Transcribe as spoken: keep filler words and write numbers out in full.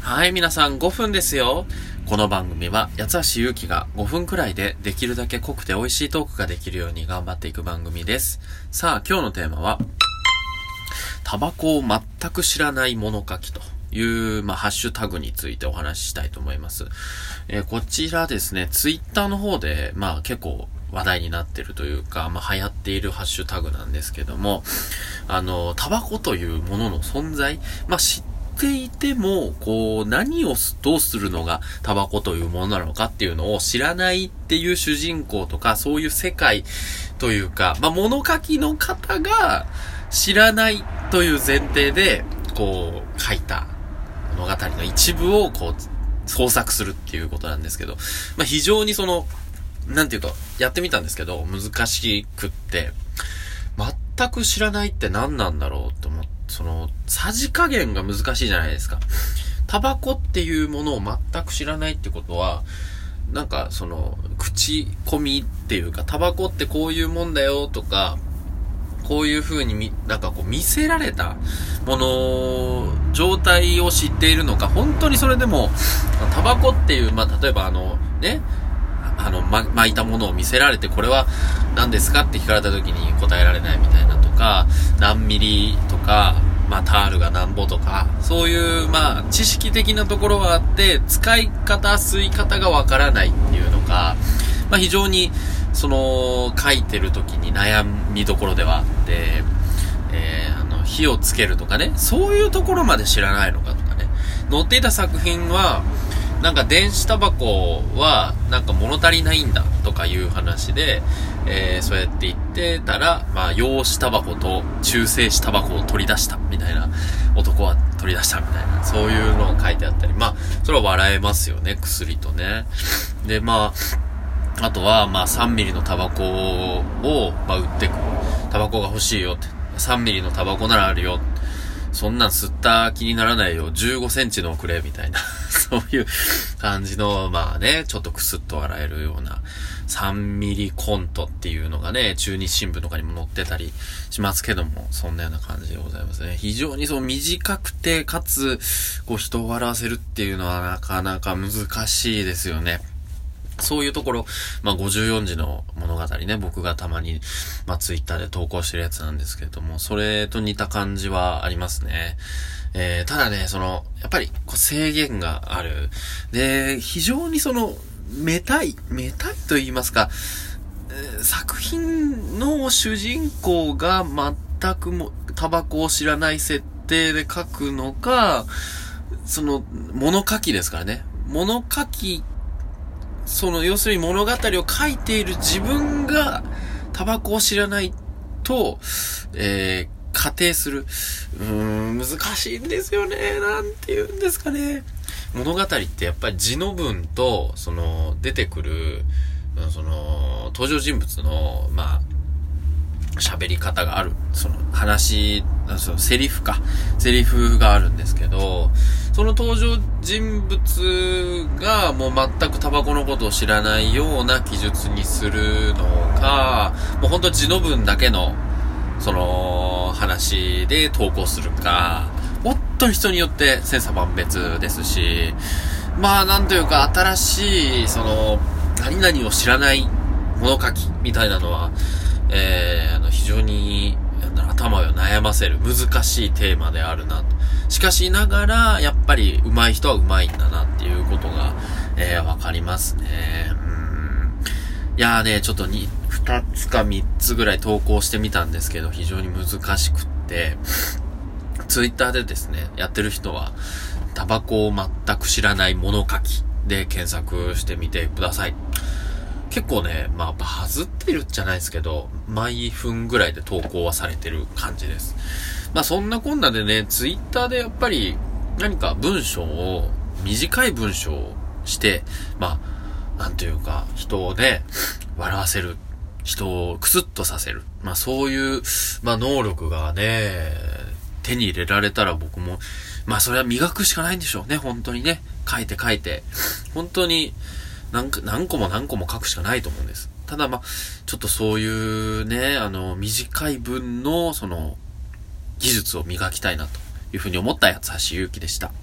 はい、皆さんごふんですよ。この番組は八橋ゆうきがごふんくらいでできるだけ濃くて美味しいトークができるように頑張っていく番組です。さあ、今日のテーマはタバコを全く知らない物書きという、まあ、ハッシュタグについてお話ししたいと思います。えー、こちらですね、ツイッターの方で、まあ結構話題になってるというか、まあ流行っているハッシュタグなんですけども、あの、タバコというものの存在、まあ知っていても、こう、何をどうするのがタバコというものなのかっていうのを知らないっていう主人公とか、そういう世界というか、まあ物書きの方が知らないという前提で、こう、書いた物語の一部をこう、創作するっていうことなんですけど、まあ非常にその、なんていうか、やってみたんですけど、難しくって、全く知らないって何なんだろうって思って、その、さじ加減が難しいじゃないですか。タバコっていうものを全く知らないってことは、なんかその、口コミっていうか、タバコってこういうもんだよとか、こういう風にみ、なんかこう見せられたもの、状態を知っているのか、本当にそれでも、タバコっていう、まあ、例えばあの、ね、あの、ま、巻いたものを見せられて、これは何ですかって聞かれた時に答えられないみたいなとか、何ミリとか、まあ、タールが何ぼとか、そういう、まあ、知識的なところはあって、使い方、吸い方がわからないっていうのが、まあ、非常に、その、書いてる時に悩みどころではあって、えー、あの、火をつけるとかね、そういうところまで知らないのかとかね、載っていた作品は、なんか電子タバコはなんか物足りないんだとかいう話で、えー、そうやって言ってたら、まあ陽子タバコと中性子タバコを取り出したみたいな、男は取り出したみたいな、そういうのが書いてあったり、まあそれは笑えますよね、薬とね。で、まああとはまあさんミリのタバコをまあ売ってくる、タバコが欲しいよって、さんミリのタバコならあるよ、そんなん吸った気にならないよ、じゅうごセンチのくれみたいなそういう感じの、まあね、ちょっとクスッと笑えるようなさんミリコントっていうのがね、中日新聞とかにも載ってたりしますけども、そんなような感じでございますね。非常にそう短くて、かつこう人を笑わせるっていうのはなかなか難しいですよね。そういうところ、まあ、ごじゅうよんじの物語ね、僕がたまに、まあ、ツイッターで投稿してるやつなんですけれども、それと似た感じはありますね。えー、ただね、その、やっぱり、こう制限がある。で、非常にその、めたい、めたいと言いますか、えー、作品の主人公が全くも、タバコを知らない設定で書くのか、その、物書きですからね。物書きその、要するに物語を書いている自分がタバコを知らないと、えー、仮定する。うーん、難しいんですよね。なんて言うんですかね。物語ってやっぱり字の文と、その、出てくる、その、登場人物の、まあ、喋り方がある。その話、そのセリフか。セリフがあるんですけど、その登場人物がもう全くタバコのことを知らないような記述にするのか、もうほんと字の文だけの、その、話で投稿するか、本当に人によって千差万別ですし、まあなんというか新しい、その、何々を知らない物書きみたいなのは、えー、あの非常に頭を悩ませる難しいテーマであるなと。しかしながらやっぱり上手い人は上手いんだなっていうことが、えー、わかりますね。うーんいやーね、ちょっとに二つか三つぐらい投稿してみたんですけど、非常に難しくって、ツイッターでですね、やってる人はタバコを全く知らない物書きで検索してみてください。結構ね、まあ、バズってるじゃないですけど、毎分ぐらいで投稿はされてる感じです。まあ、そんなこんなでね、ツイッターでやっぱり何か文章を、短い文章をして、まあ、なんていうか、人をね、笑わせる。人をクスッとさせる。まあ、そういう、まあ、能力がね、手に入れられたら僕も、まあ、それは磨くしかないんでしょうね、本当にね。書いて書いて。本当に、何, 何個も何個も書くしかないと思うんです。ただまあちょっとそういうね、あの短い文のその技術を磨きたいなというふうに思った八橋ゆうきでした。